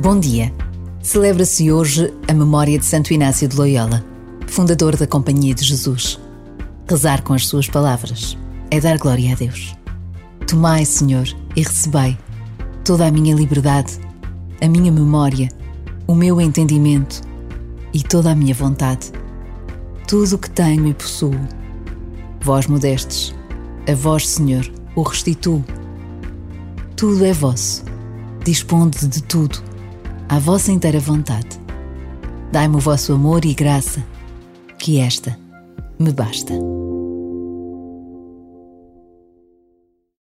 Bom dia! Celebra-se hoje a memória de Santo Inácio de Loyola, fundador da Companhia de Jesus. Rezar com as suas palavras é dar glória a Deus. Tomai, Senhor, e recebei toda a minha liberdade, a minha memória, o meu entendimento e toda a minha vontade, tudo o que tenho e possuo. Vós modestes, a vós, Senhor, o restituo. Tudo é vosso, disponde de tudo, à vossa inteira vontade. Dai-me o vosso amor e graça, que esta me basta.